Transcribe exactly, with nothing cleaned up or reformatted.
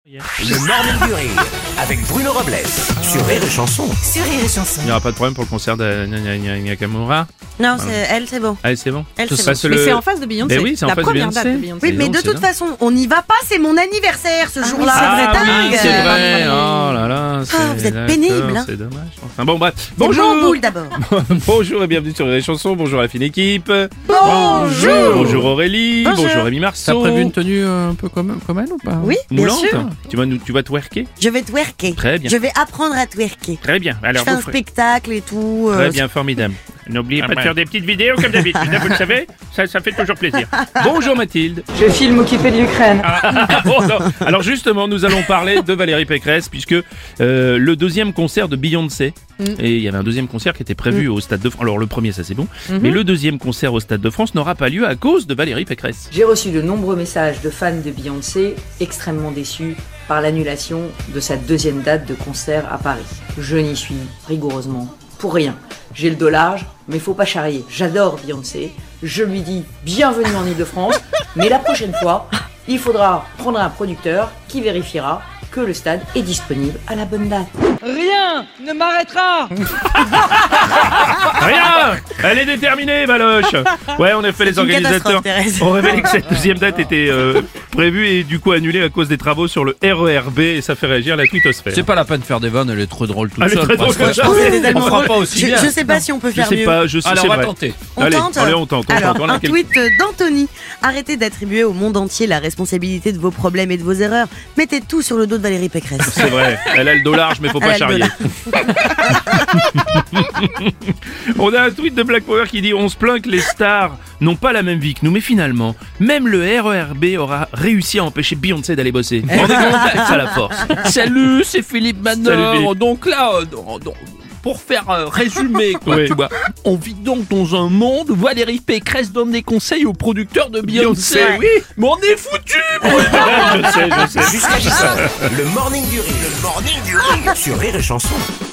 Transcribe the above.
Le Morning du Rire avec Bruno Robles sur Rire et Chanson. Sur Rire et Chanson. Il n'y aura pas de problème pour le concert de Nakamura. Non, c'est elle, c'est bon. Allez, c'est bon. Elle, c'est Parce bon. que Mais le- c'est en face de Beyoncé. Ben oui, c'est en la face de première Beyoncé. date de Beyoncé. Oui, mais donc, de c'est toute là. façon, on n'y va pas, c'est mon anniversaire ce jour-là. Ah vous êtes oui, dingue. c'est vrai. Ah, Oh là là. c'est- vous êtes d'accord, pénible, hein. C'est dommage. Enfin bon, bref. Bonjour. Bonjour. Boule d'abord. Bonjour et bienvenue sur Rire et Chanson. Bonjour à la fine équipe. Bonjour. Bonjour Aurélie. Bonjour. Bonjour Rémi T'as Marceau. prévu une tenue euh, un peu comme, comme elle ou pas? Oui, bien Moulante. sûr. Tu vas nous, tu vas twerker. Je vais twerker. Très bien. Je vais apprendre à twerker. Très bien. Je Alors fais vous un ferez- spectacle et tout. euh, Très bien, formidable. N'oubliez pas de faire des petites vidéos comme d'habitude, hein, vous le savez, ça, ça fait toujours plaisir. Bonjour Mathilde. Je filme occupé de l'Ukraine. Ah, bon, non. Alors justement, nous allons parler de Valérie Pécresse, puisque euh, le deuxième concert de Beyoncé, et il y avait un deuxième concert qui était prévu au Stade de France, alors le premier ça c'est bon, mais le deuxième concert au Stade de France n'aura pas lieu à cause de Valérie Pécresse. J'ai reçu de nombreux messages de fans de Beyoncé extrêmement déçus par l'annulation de sa deuxième date de concert à Paris. Je n'y suis rigoureusement pour rien. J'ai le dos large, mais faut pas charrier. J'adore Beyoncé, je lui dis bienvenue en Ile-de-France, mais la prochaine fois, il faudra prendre un producteur qui vérifiera que le stade est disponible à la bonne date. Rien ne m'arrêtera. Rien. Elle est déterminée, Valoche. Ouais, en effet, les une organisateurs catastrophe, Thérèse. ont révélé que cette deuxième date était euh, prévue et du coup annulée à cause des travaux sur le R E R B et ça fait réagir la twittosphère. C'est pas la peine de faire des vannes, elle est trop drôle toute Elle est seule. très drôle parce que- comme ça. c'est tellement on fera drôle. pas aussi je, bien. je sais pas si on peut Je faire sais mieux. pas, je sais, Alors c'est on va vrai. tenter. On allez, tente allez, on tente. On Alors, tente. On a un quel- tweet d'Anthony. Arrêtez d'attribuer au monde entier la responsabilité de vos problèmes et de vos erreurs. Mettez tout sur le dos de Valérie Pécresse. C'est vrai, elle a le dos large, mais faut pas Elle a le charrier. On a un tweet de Black Power qui dit: on se plaint que les stars n'ont pas la même vie que nous, mais finalement, même le R E R B aura réussi à empêcher Beyoncé d'aller bosser. Vous vous rendez compte? C'est ça la force. Salut, c'est Philippe Salut, Manor. Philippe. Donc là, euh, dans- dans- pour faire euh, résumer, quoi, Oui. tu vois, on vit donc dans un monde où Valérie Pécresse donne des conseils aux producteurs de Beyoncé. Beyoncé, oui. Mais on est foutus. Je sais, je sais. Jusqu'à dix heures, le Morning du Rire. Le Morning du Rire sur Rire et Chanson.